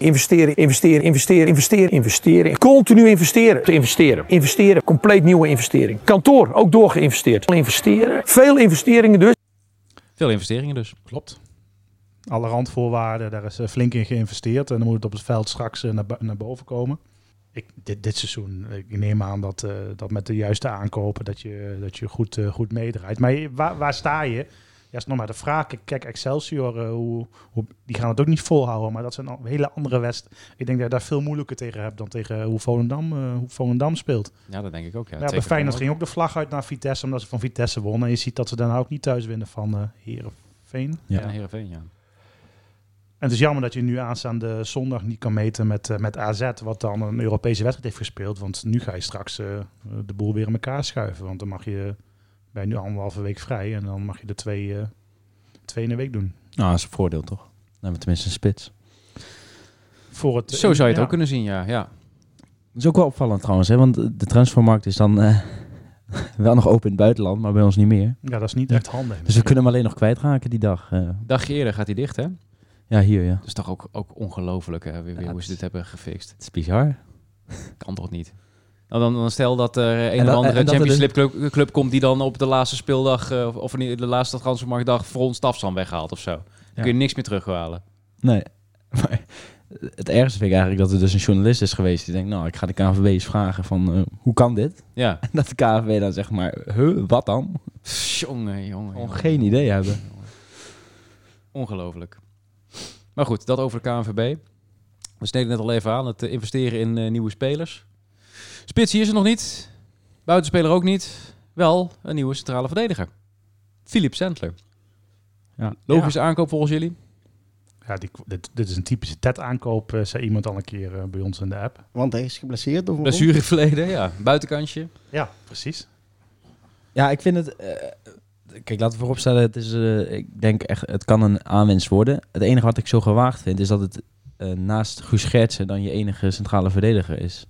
Continu investeren. Compleet nieuwe investering. Kantoor, ook doorgeïnvesteerd. Investeren. Veel investeringen dus.
Veel investeringen dus.
Klopt. Alle randvoorwaarden, daar is flink in geïnvesteerd. En dan moet het op het veld straks naar boven komen. Dit seizoen, ik neem aan dat met de juiste aankopen... dat je goed meedraait. Maar waar sta je? Ja, is nog maar de vraag. Kijk, Excelsior, die gaan het ook niet volhouden. Maar dat zijn een hele andere wedstrijd. Ik denk dat je daar veel moeilijker tegen hebt dan tegen hoe Volendam speelt.
Ja, dat denk ik ook. Ja,
Bij Feyenoord ging ook de vlag uit naar Vitesse, omdat ze van Vitesse wonnen. En je ziet dat ze daarna ook niet thuis winnen van Heerenveen.
Ja, Heerenveen, ja.
En het is jammer dat je nu aanstaande zondag niet kan meten met AZ, wat dan een Europese wedstrijd heeft gespeeld. Want nu ga je straks de boel weer in elkaar schuiven. Want dan ben je nu 1,5 week vrij en dan mag je er 2 in de week doen.
Nou, dat is een voordeel toch? Dan hebben we tenminste een spits.
Zo zou je het ook kunnen zien, ja.
Dat is ook wel opvallend trouwens, hè? Want de transfermarkt is dan wel nog open in het buitenland, maar bij ons niet meer.
Ja, dat is niet echt handig.
Dus we kunnen hem alleen nog kwijtraken die dag.
Dagje eerder gaat hij dicht, hè?
Ja, hier, ja.
Dat is toch ook ongelooflijk, hè? Weer hoe ze dit hebben gefixt.
Het is bizar.
Kan toch niet? Nou, dan stel dat er een of andere Champions League club komt die dan op de laatste speeldag of de laatste transfermarktdag voor ons Stafsan weghaalt of zo. Dan kun je niks meer terughalen.
Nee. Maar het ergste vind ik eigenlijk dat er dus een journalist is geweest die denkt, nou, ik ga de KNVB eens vragen van, hoe kan dit?
Ja.
En dat de KNVB dan zegt maar, wat dan?
Jongen.
Geen idee hebben.
Ongelooflijk. Maar goed, dat over de KNVB. We sneden net al even aan, het investeren in nieuwe spelers. Spitsie is er nog niet. Buitenspeler ook niet. Wel een nieuwe centrale verdediger. Philip Sandler.
Ja.
Logische aankoop volgens jullie?
Ja, dit is een typische TED-aankoop, zei iemand al een keer bij ons in de app.
Want hij is geblesseerd? Of
Blessureverleden, ja. Buitenkantje.
Ja, precies.
Ja, ik vind het... kijk, laten we vooropstellen, het is, ik denk echt, het kan een aanwinst worden. Het enige wat ik zo gewaagd vind, is dat het naast Guus Gertsen dan je enige centrale verdediger is.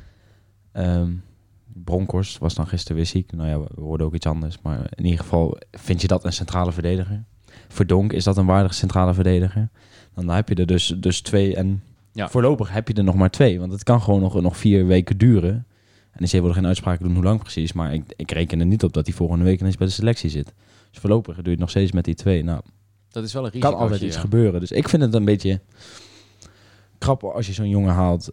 Bronkhorst was dan gisteren weer ziek. Nou ja, we hoorden ook iets anders. Maar in ieder geval vind je dat een centrale verdediger. Verdonk, is dat een waardige centrale verdediger? Dan heb je er dus 2 en voorlopig heb je er nog maar 2. Want het kan gewoon nog 4 weken duren. En NEC wil er geen uitspraken doen hoe lang precies. Maar ik reken er niet op dat hij volgende week ineens bij de selectie zit. Dus voorlopig doe je het nog steeds met die 2. Nou,
dat is wel een risico.
Kan altijd iets gebeuren. Dus ik vind het een beetje krap als je zo'n jongen haalt.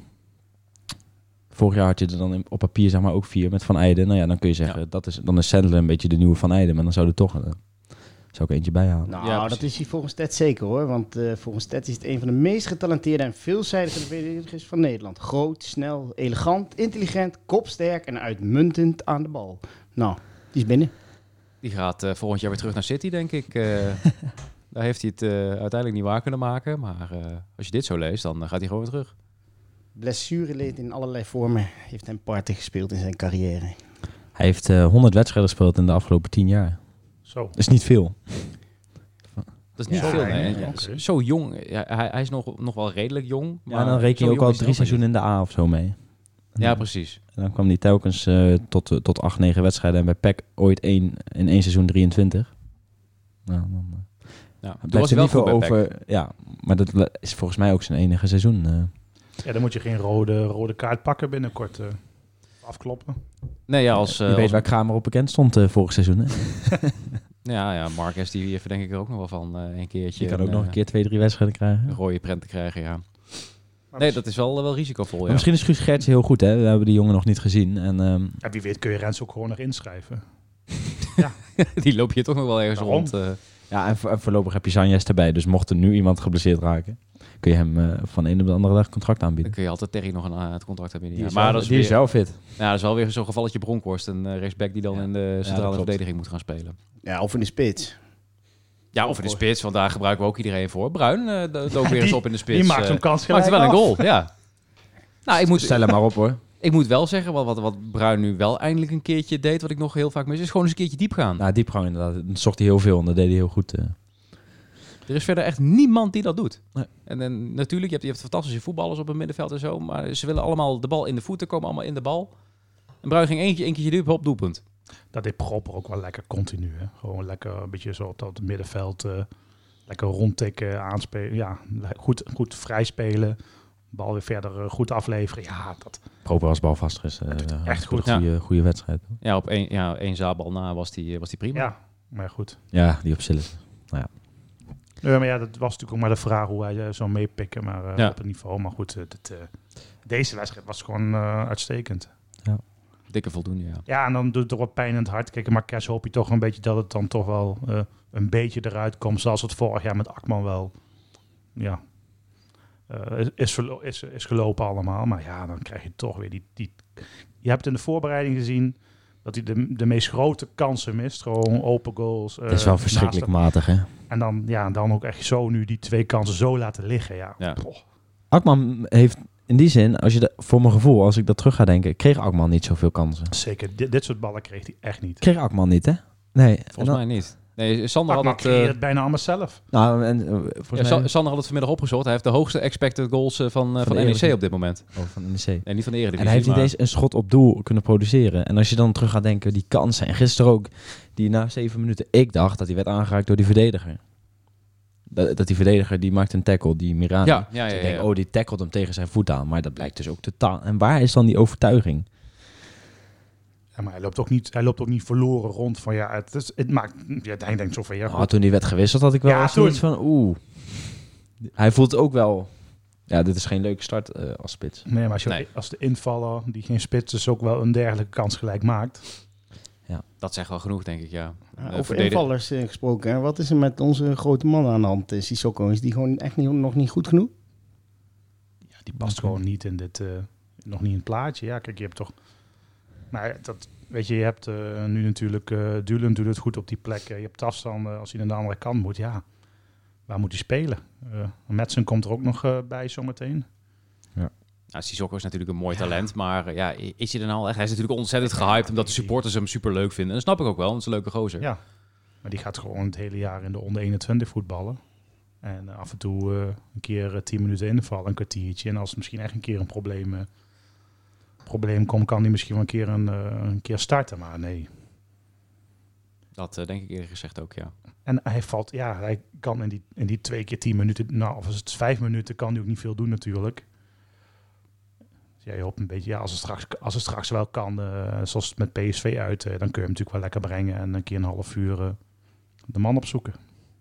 Vorig jaar had je er dan op papier zeg maar ook 4 met Van Eijden. Nou ja, dan kun je zeggen, dan is Sandler een beetje de nieuwe Van Eijden. Maar dan zou er toch zou ik eentje bijhalen.
Nou, dat is hij volgens Ted zeker hoor. Want volgens Ted is het een van de meest getalenteerde en veelzijdige verdedigers van Nederland. Groot, snel, elegant, intelligent, kopsterk en uitmuntend aan de bal. Nou, die is binnen.
Die gaat volgend jaar weer terug naar City, denk ik. Daar heeft hij het uiteindelijk niet waar kunnen maken. Maar als je dit zo leest, dan gaat hij gewoon weer terug.
Blessureleed in allerlei vormen heeft hem parten gespeeld in zijn carrière.
Hij heeft 100 wedstrijden gespeeld in de afgelopen 10 jaar.
Zo.
Dat is niet veel.
Dat is niet veel, nee. Ja, zo jong. Ja, hij is nog wel redelijk jong. Maar
dan reken je ook al 3 seizoenen in de A of zo mee.
Ja, precies.
En dan kwam hij telkens tot 8, 9 wedstrijden. En bij PEC ooit in 1 seizoen 23. Nou, dan blijft er niet veel over. Ja, maar dat is volgens mij ook zijn enige seizoen.
Ja, dan moet je geen rode kaart pakken binnenkort. Afkloppen.
Nee, ja,
je weet waar Kramer op bekend stond vorig seizoen. Hè?
Ja, Marquez die heeft denk ik er ook nog wel van een keertje.
Je kan ook nog een keer 2, 3 wedstrijden krijgen.
Een rode prenten krijgen, ja. Nee, dat is wel risicovol, ja.
Misschien is Guus Gertsen heel goed, hè? We hebben die jongen nog niet gezien. En,
wie weet kun je Rens ook gewoon nog inschrijven.
Ja. Die loop je toch nog wel ergens rond.
Ja, en voorlopig heb je Sanjes erbij. Dus mocht er nu iemand geblesseerd raken, kun je hem van de een op de andere dag contract aanbieden.
Dan kun je altijd Terry nog het contract hebben.
Die is wel fit.
Ja, dat is wel weer zo'n gevalletje Bronkhorst. Een rechtsback die dan in de centrale verdediging moet gaan spelen.
Ja, of in de spits.
Ja, of in de spits, want daar gebruiken we ook iedereen voor. Bruin dook weer eens op in de spits.
Die maakt zo'n kans
maakt
gelijk
wel een
af.
goal, ja. Nou,
Stel hem maar op hoor.
ik moet wel zeggen, wat Bruin nu wel eindelijk een keertje deed, wat ik nog heel vaak mis, is gewoon eens een keertje diep gaan.
Nou, diepgang inderdaad. Dat zocht hij heel veel en dat deed hij heel goed.
Er is verder echt niemand die dat doet.
Nee.
En natuurlijk, je hebt fantastische voetballers op het middenveld en zo, maar ze willen allemaal de bal in de voeten, komen allemaal in de bal. En Bruin ging één keertje diep op doelpunt.
Dat deed Proper ook wel lekker continu. Hè? Gewoon lekker een beetje zo op het middenveld. Lekker rondtikken, aanspelen. Ja, goed vrij spelen. Bal weer verder goed afleveren. Ja, dat...
Proper als balvaster is.
echt goed.
Goede wedstrijd.
Ja, op één zaalbal na was die prima.
Ja, maar goed.
Ja, die op Sillis.
Maar ja, dat was natuurlijk ook maar de vraag hoe hij zou meepikken. Maar op het niveau. Maar goed, deze wedstrijd was gewoon uitstekend.
Dikke voldoende, ja.
Ja, en dan doet het toch wat pijn in het hart. Kijk, maar Kes hoop je toch een beetje dat het dan toch wel een beetje eruit komt. Zoals het vorig jaar met Akman wel is gelopen allemaal. Maar ja, dan krijg je toch weer die... Je hebt in de voorbereiding gezien dat hij de meest grote kansen mist. Gewoon open goals.
Het is wel verschrikkelijk matig, hè?
En dan ook echt zo nu die 2 kansen zo laten liggen. Ja.
Akman heeft in die zin, voor mijn gevoel, als ik dat terug ga denken, kreeg Akman niet zoveel kansen.
Zeker, dit soort ballen kreeg hij echt niet.
Kreeg Akman niet, hè? Nee.
Volgens mij niet. Nee, Sander
Akman
had
creëert het bijna allemaal zelf.
Nou,
Sander had het vanmiddag opgezocht. Hij heeft de hoogste expected goals van NEC op dit moment.
Van NEC.
Nee, niet van de Eredivisie.
En hij heeft niet eens een schot op doel kunnen produceren. En als je dan terug gaat denken, die kansen. En gisteren ook, die na 7 minuten, ik dacht dat hij werd aangeraakt door die verdediger. Dat die verdediger, die maakt een tackle, die Miranda.
Ja.
Ik denk, die tackelt hem tegen zijn voet aan. Maar dat blijkt dus ook totaal. En waar is dan die overtuiging?
Ja, maar hij loopt ook niet verloren rond van het maakt... Ja, hij denkt zo van
Toen hij werd gewisseld had ik wel zoiets van Hij voelt ook wel... Ja, dit is geen leuke start als spits.
Nee, maar als de invaller, die geen spits is, ook wel een dergelijke kans gelijk maakt.
Ja.
Dat zegt wel genoeg, denk ik, ja.
Over invallers gesproken, hè? Wat is er met onze grote man aan de hand? Sissoko, is die gewoon echt nog niet goed genoeg?
Ja, die past gewoon niet in nog niet in het plaatje. Ja, kijk, je hebt toch... Maar je hebt nu natuurlijk... Dulen doet het goed op die plek. Je hebt afstanden als hij naar de andere kant moet. Ja, waar moet hij spelen? Madsen komt er ook nog bij zometeen.
Ja. Nou, Sissoko is natuurlijk een mooi talent, maar is hij er nou echt? Hij is natuurlijk ontzettend gehyped omdat de supporters hem super leuk vinden. En dat snap ik ook wel, want het is een leuke gozer.
Ja, maar die gaat gewoon het hele jaar in de onder 21 voetballen. En af en toe een keer 10 minuten invallen, een kwartiertje. En als het misschien echt een keer een probleem komt, kan hij misschien wel een keer starten. Maar nee.
Dat denk ik eerlijk gezegd ook, ja.
En hij kan in die 2 keer 10 minuten, nou, of als het 5 minuten, kan hij ook niet veel doen natuurlijk. Dus je hoopt een beetje, als het straks wel kan, zoals het met PSV uit, dan kun je hem natuurlijk wel lekker brengen en een keer een half uur de man opzoeken.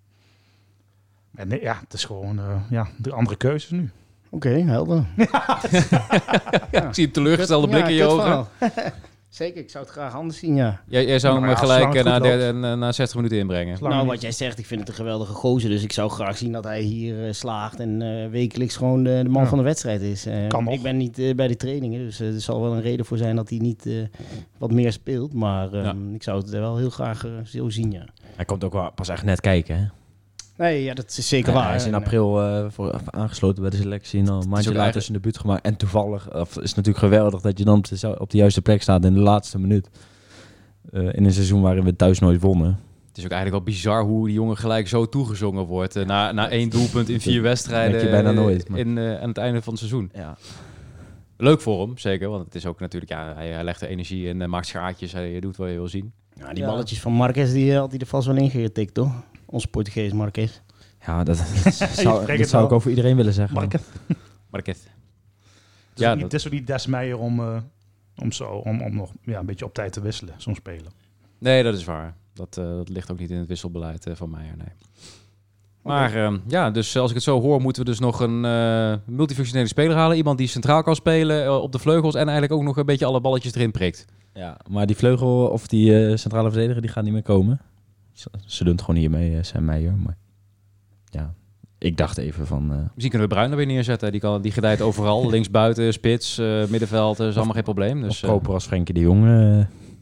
En nee, het is gewoon de andere keuzes nu.
Oké, helder.
Ik zie teleurgestelde blik in je ogen.
Zeker, ik zou het graag anders zien, ja.
Jij zou hem gelijk na 60 minuten inbrengen.
Nou, wat jij zegt, ik vind het een geweldige gozer. Dus ik zou graag zien dat hij hier slaagt en wekelijks gewoon de man van de wedstrijd is. Ik ben niet bij de trainingen, dus er zal wel een reden voor zijn dat hij niet wat meer speelt. Maar ik zou het wel heel graag zo zien, ja.
Hij komt ook wel pas echt net kijken, hè?
Nee, ja, dat is zeker waar.
Hij is in april aangesloten bij de selectie. Nou, een maandje later is een debuut gemaakt. En toevallig is het natuurlijk geweldig dat je dan op de juiste plek staat in de laatste minuut. In een seizoen waarin we thuis nooit wonnen.
Het is ook eigenlijk wel bizar hoe die jongen gelijk zo toegezongen wordt. Na 1 doelpunt in 4 wedstrijden.
Denk je bijna nooit.
Aan het einde van het seizoen.
Ja.
Leuk voor hem, zeker. Want het is ook natuurlijk, hij legt de energie en maakt schaartjes. Hij doet wat je wil zien.
Ja, die balletjes van Marquez, die had hij er vast wel ingetikt, toch? Onze Portugees Marquez.
Ja, dat zou ik over iedereen willen zeggen.
Marquez.
Het is ook niet des Meijer om nog een beetje op tijd te wisselen, zo'n speler.
Nee, dat is waar. Dat ligt ook niet in het wisselbeleid van Meijer, nee. Maar dus als ik het zo hoor, moeten we dus nog een multifunctionele speler halen. Iemand die centraal kan spelen op de vleugels en eigenlijk ook nog een beetje alle balletjes erin prikt.
Ja, maar die vleugel of die centrale verdediger, die gaat niet meer komen. Ze doen het gewoon hiermee, zijn Meijer. Maar ja, ik dacht even van...
Misschien kunnen we Bruin er weer neerzetten. Die gedijt overal. Linksbuiten, spits, middenveld. Dat is allemaal geen probleem. Dus,
proper als Frenkie de Jong.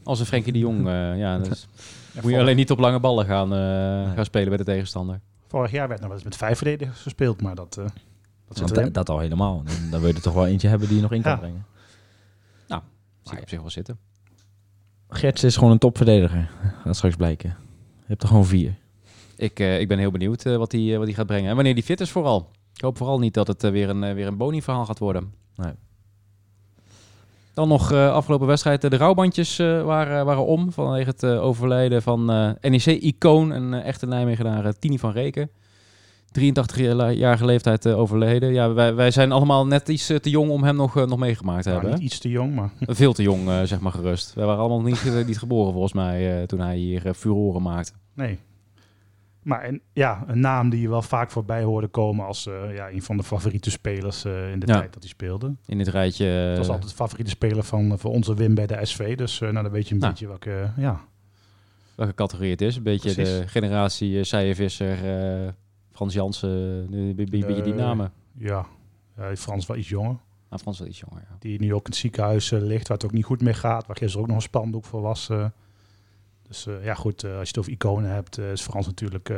Als een Frenkie de Jong. Dus moet je alleen niet op lange ballen gaan spelen bij de tegenstander.
Vorig jaar werd nog wel eens met 5 verdedigers gespeeld, maar dat zit erin.
Dat al helemaal. Dan wil je er toch wel eentje hebben die je nog in kan brengen.
Nou, zie ik op zich wel zitten.
Gerts is gewoon een topverdediger. Gaat straks blijken. Je hebt er gewoon 4.
Ik ben heel benieuwd wat hij gaat brengen. En wanneer die fit is vooral. Ik hoop vooral niet dat het weer een Boni-verhaal gaat worden.
Nee.
Dan nog afgelopen wedstrijd. De rouwbandjes waren om vanwege het overlijden van NEC-icoon en echte Nijmegenaar Tini van Reken. 83-jarige leeftijd overleden. Ja, wij zijn allemaal net iets te jong om hem nog meegemaakt te hebben.
Niet iets te jong, maar...
Veel te jong, zeg maar gerust. Wij waren allemaal niet geboren volgens mij toen hij hier furoren maakte.
Nee. Maar een naam die je wel vaak voorbij hoorde komen als een van de favoriete spelers in de tijd dat hij speelde.
In dit rijtje...
Het was altijd de favoriete speler van onze Wim bij de SV. Dus dan weet je een beetje welke...
welke categorie het is. Een beetje
Precies.
de generatie Seijer-Visser, Frans Jansen, die namen.
Ja, Frans wel iets jonger.
Frans wel iets jonger, ja.
Die nu ook in het ziekenhuis ligt, waar het ook niet goed mee gaat. Waar gisteren ook nog een spandoek voor was. Dus goed, als je het over iconen hebt, is Frans natuurlijk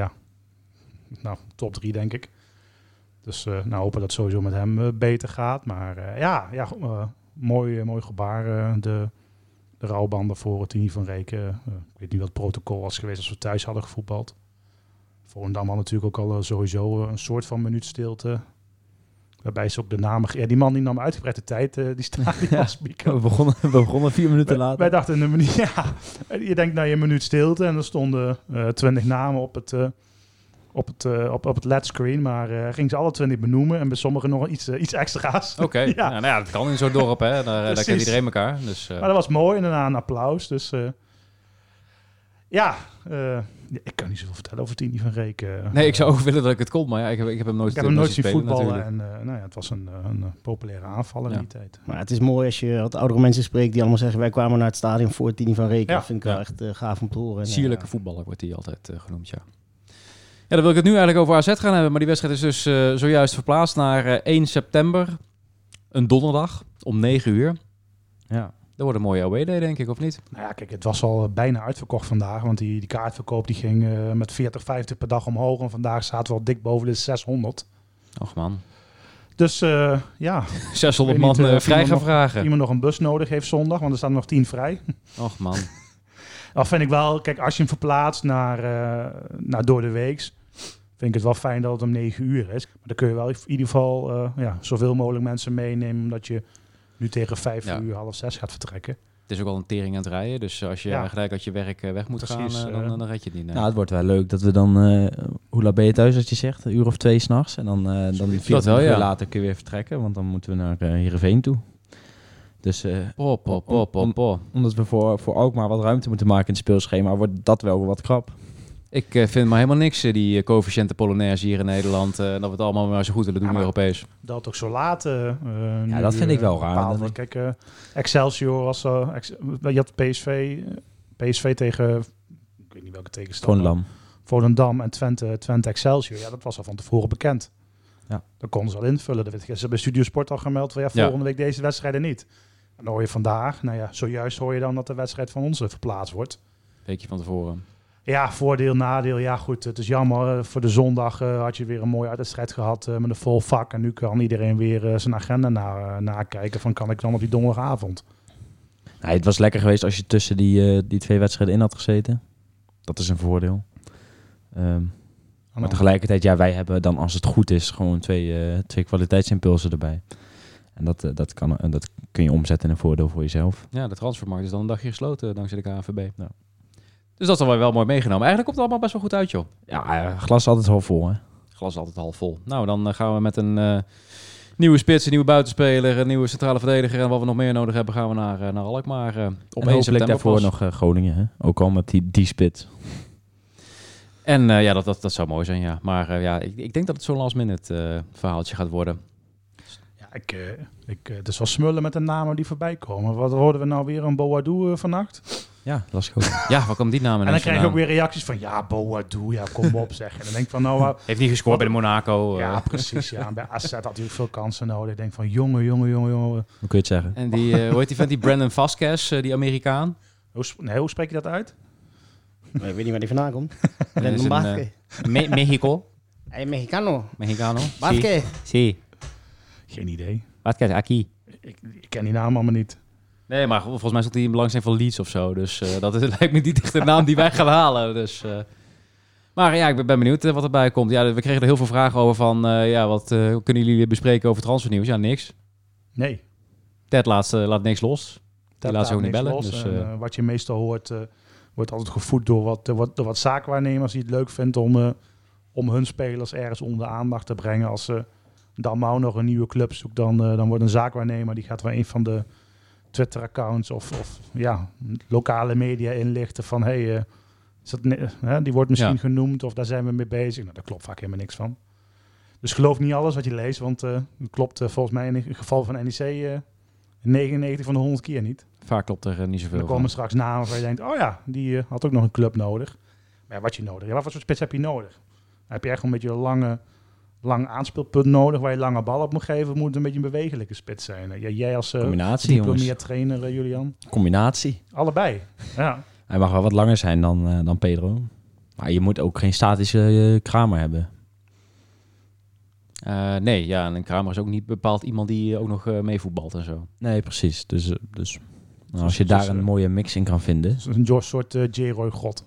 top 3, denk ik. Dus hopen dat het sowieso met hem beter gaat. Maar mooi gebaar. De rouwbanden voor Tini van Reken. Ik weet niet wat het protocol was geweest als we thuis hadden gevoetbald. Volendam had natuurlijk ook al sowieso een soort van minuut stilte. Waarbij ze ook de namen... die man die nam uitgebreid de tijd, die stadionspeaker.
We begonnen 4 minuten later.
Wij dachten een minuut... Ja, je denkt nou je minuut stilte en er stonden 20 namen op het LED-screen. Maar gingen ze alle 20 benoemen en bij sommigen nog iets extra's.
Oké,
Ja.
dat kan in zo'n dorp, hè. Daar kent iedereen elkaar. Dus,
Maar dat was mooi en daarna een applaus. Dus ik kan niet zoveel vertellen over Tini van Reken.
nee, ik zou ook willen dat ik het kon, maar ik heb hem nooit
zien
spelen,
voetballen
natuurlijk.
en het was een populaire aanvaller in die tijd.
Maar het is mooi als je wat oudere mensen spreekt die allemaal zeggen... wij kwamen naar het stadion voor Tini van Reken.
Ja.
Dat vind ik wel echt gaaf om te horen. En,
Sierlijke voetballer wordt hij altijd genoemd, ja. Ja, dan wil ik het nu eigenlijk over AZ gaan hebben. Maar die wedstrijd is dus zojuist verplaatst naar 1 september. Een donderdag om 9 uur.
Ja.
Dat wordt een mooie away-day, denk ik, of niet?
Nou ja, kijk, het was al bijna uitverkocht vandaag. Want die kaartverkoop die ging met 40, 50 per dag omhoog. En vandaag zaten we al dik boven de 600.
Och man.
Dus
600 man vrij gaan vragen.
Iemand nog een bus nodig heeft zondag, want er staan nog 10 vrij.
Och man.
Dat vind ik wel, kijk, als je hem verplaatst naar door de weeks, vind ik het wel fijn dat het om 9 uur is. Maar dan kun je wel in ieder geval zoveel mogelijk mensen meenemen, omdat je nu tegen 5 uur, 5:30 gaat vertrekken.
Het is ook al een tering aan het rijden, dus als je gelijk uit je werk weg moet gaan, dan red je het niet. Nee.
Nou, het wordt wel leuk dat we dan... hoe laat ben je thuis als je zegt? 1 uur of 2 s'nachts. En dan 24 uur later kun je weer vertrekken, want dan moeten we naar Heerenveen toe. Dus omdat we voor Alkmaar wat ruimte moeten maken in het speelschema, wordt dat wel wat krap.
Ik vind maar helemaal niks, die coëfficiënte Polonaise hier in Nederland. Dat we het allemaal maar zo goed willen doen Europees.
Dat het ook zo laat.
Dat vind ik wel raar.
Kijk, Excelsior was... je had PSV tegen... Ik weet niet welke tegenstander. Volendam en Twente Excelsior. Ja, dat was al van tevoren bekend.
Ja. Dat
konden ze al invullen. Dat werd ze bij Studio Sport al gemeld. Van, volgende week deze wedstrijden niet. En dan hoor je vandaag... zojuist hoor je dan dat de wedstrijd van ons verplaatst wordt.
Weekje van tevoren.
Ja, voordeel, nadeel. Ja, goed. Het is jammer. Voor de zondag had je weer een mooie uitwedstrijd gehad met een vol vak. En nu kan iedereen weer zijn agenda nakijken. Van kan ik dan op die donderdagavond?
Nee, het was lekker geweest als je tussen die 2 wedstrijden in had gezeten. Dat is een voordeel. Maar tegelijkertijd, wij hebben dan als het goed is gewoon 2 kwaliteitsimpulsen erbij. En dat kun je omzetten in een voordeel voor jezelf.
Ja, de transfermarkt is dan een dagje gesloten dankzij de KNVB. Ja. Dus dat is dan wel mooi meegenomen. Eigenlijk komt het allemaal best wel goed uit, joh.
Ja, glas is altijd half vol, hè?
Glas is altijd half vol. Nou, dan gaan we met een nieuwe spits, een nieuwe buitenspeler, een nieuwe centrale verdediger en wat we nog meer nodig hebben, gaan we naar Alkmaar. Op 1 september
daarvoor nog Groningen, hè? Ook al met die spits.
En dat zou mooi zijn, ja. Maar ik denk dat het zo'n last minute verhaaltje gaat worden.
Ja, het is wel smullen met de namen die voorbij komen. Wat hoorden we nou weer? Een Boadou vannacht?
Ja, dat is goed.
Ja, waar komt die naam in?
En dan krijg je ook weer reacties van, Boadou, kom op zeg. En dan denk ik van,
heeft niet gescoord bij de Monaco.
Ja, precies. Ja. En bij AZ had hij ook veel kansen nodig. Ik denk van, jongen.
Hoe kun je het zeggen?
En hoe heet die vent, die Brandon Vasquez, die Amerikaan?
Hoe spreek je dat uit?
Ik weet niet waar die vandaan komt.
Dat is
Brandon
een,
Basque.
Mexico.
Hey, Mexicano.
Mexicano.
Basque.
Sí.
Geen idee.
Basque, aquí.
Ik ken die naam allemaal niet.
Nee, maar volgens mij stond hij in belangstelling van Leeds of zo. Dus dat lijkt me niet echt de naam die wij gaan halen. Dus, maar ja, ik ben benieuwd wat erbij komt. Ja, we kregen er heel veel vragen over van... wat kunnen jullie bespreken over transfernieuws? Ja, niks.
Nee.
Ted laat niks los. Die laat ze ook niet
niks
bellen.
los.
Dus,
En, wat je meestal hoort, wordt altijd gevoed door wat zaakwaarnemers die het leuk vinden om hun spelers ergens onder de aandacht te brengen. Als Dalmau nog een nieuwe club zoekt, dan wordt een zaakwaarnemer, die gaat wel een van de Twitter-accounts of lokale media inlichten van die wordt misschien genoemd of daar zijn we mee bezig. Nou, daar klopt vaak helemaal niks van. Dus geloof niet alles wat je leest, want het klopt volgens mij in het geval van NEC 99 van de 100 keer niet.
vaak klopt er niet zoveel
Er komen straks namen waar je denkt, oh ja, die had ook nog een club nodig. Maar ja, wat je nodig hebt, wat voor spits heb je nodig? Dan heb je echt een beetje een lang aanspeelpunt nodig waar je lange bal op moet geven. Moet een beetje een bewegelijke spits zijn. Jij als
Combinatie,
diplomeerd trainer, Julian.
Combinatie.
Allebei. Ja.
Hij mag wel wat langer zijn dan Pedro. Maar je moet ook geen statische Kramer hebben.
Nee, ja, en een Kramer is ook niet bepaald iemand die ook nog meevoetbalt en zo.
Nee, precies. Dus als je daar een mooie mix in kan vinden.
Het is een soort J-Roy God.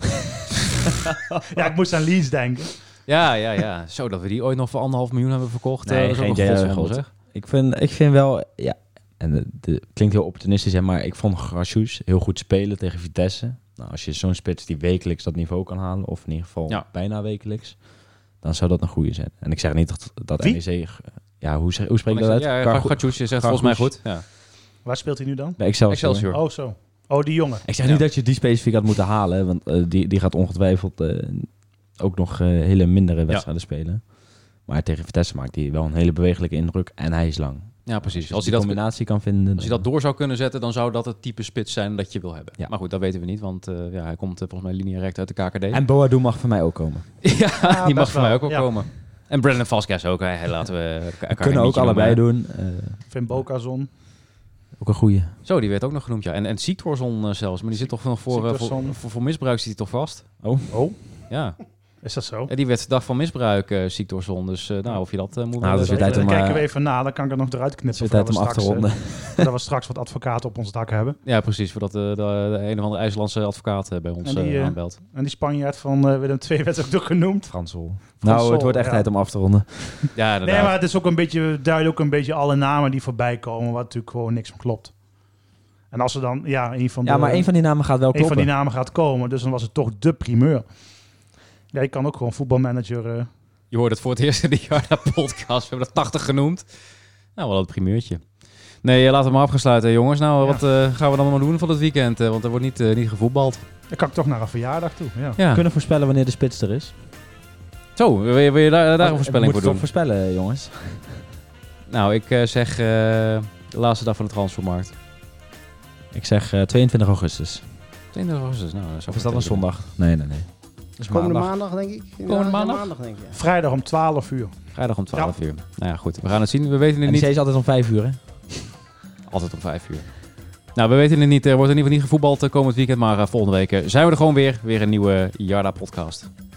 Ja, ik moest aan Leeds denken.
Ja. Zo dat we die ooit nog voor 1,5 miljoen hebben verkocht.
Nee,
dat is ook
geen
een
J.R.
godsregel, zeg.
Ik vind wel, ja, en het klinkt heel opportunistisch, hè, maar ik vond Gracious heel goed spelen tegen Vitesse. Nou, als je zo'n spits die wekelijks dat niveau kan halen, of in ieder geval bijna wekelijks, dan zou dat een goede zijn. En ik zeg niet dat NEC... Ja, hoe spreek je dat uit?
Ja, Gatjoes, je zegt volgens mij goed. Ja.
Waar speelt hij nu dan?
Bij Excelsior.
Oh, zo. Oh, die jongen.
Ik zeg niet dat je die specifiek had moeten halen, want die gaat ongetwijfeld ook nog hele mindere wedstrijden spelen. Maar tegen Vitesse maakt hij wel een hele bewegelijke indruk en hij is lang.
Ja, precies.
Dus als hij dat combinatie kan vinden...
Als hij dat door zou kunnen zetten, dan zou dat het type spits zijn dat je wil hebben.
Ja.
Maar goed, dat weten we niet, want hij komt volgens mij lineair recht uit de KKD.
En Boadu mag van mij ook komen.
Ja, die mag van mij ook wel
ja.
komen. En Brandon Vasquez ook. Laten we elkaar
Kunnen ook allebei doen.
Finn Bokazon.
Ook een goeie.
Zo, die werd ook nog genoemd, ja. En Sigthorsson zelfs, maar die zit toch nog voor misbruik zit hij toch vast?
Oh,
Ja.
is dat zo?
Ja, die werd verdacht van misbruik, Sigthorsson. Dus of je dat moet...
Nou, dus weer tijd
Dan
om...
kijken we even na, dan kan ik er nog eruit knippen.
tijd om af te ronden.
Dat we straks wat advocaten op ons dak hebben.
Ja, precies. Voordat de een of andere IJslandse advocaat bij ons aanbelt.
En die Spanjaard van Willem II werd ook nog genoemd.
Fransol. Nou, het wordt echt tijd om af te ronden.
Ja, inderdaad.
Nee, maar het is ook een beetje, duidt ook een beetje alle namen die voorbij komen, wat natuurlijk gewoon niks van klopt. En als er dan, maar
één van die namen gaat wel kloppen.
Een van die namen gaat komen, dus dan was het toch de primeur. Ja, je kan ook gewoon voetbalmanager...
Je hoort het voor het eerst in de Jarda-podcast. We hebben er 80 genoemd. Nou, wel een primeurtje. Nee, laten we maar afgesluiten, jongens. Nou, wat gaan we dan maar doen van het weekend? Want er wordt niet gevoetbald.
Dan kan ik toch naar een verjaardag toe. Ja.
Ja.
We kunnen voorspellen wanneer de spits er is.
Zo, wil je daar een voorspelling voor doen?
Toch voorspellen, jongens.
Nou, ik zeg de laatste dag van de transfermarkt.
Ik zeg 22 augustus.
22 augustus, nou.
Of is dat een zondag? Nee.
Dus komende maandag, denk ik.
Komende maandag?
Denk ik, ja.
Vrijdag om 12 uur.
Vrijdag om 12 uur. Nou ja, goed. We gaan het zien. We weten het
En
niet.
die is altijd om 5 uur, hè?
Altijd om 5 uur. Nou, we weten het niet. Er wordt in ieder geval niet gevoetbald komend weekend. Maar volgende week zijn we er gewoon weer. Weer een nieuwe Jarda-podcast.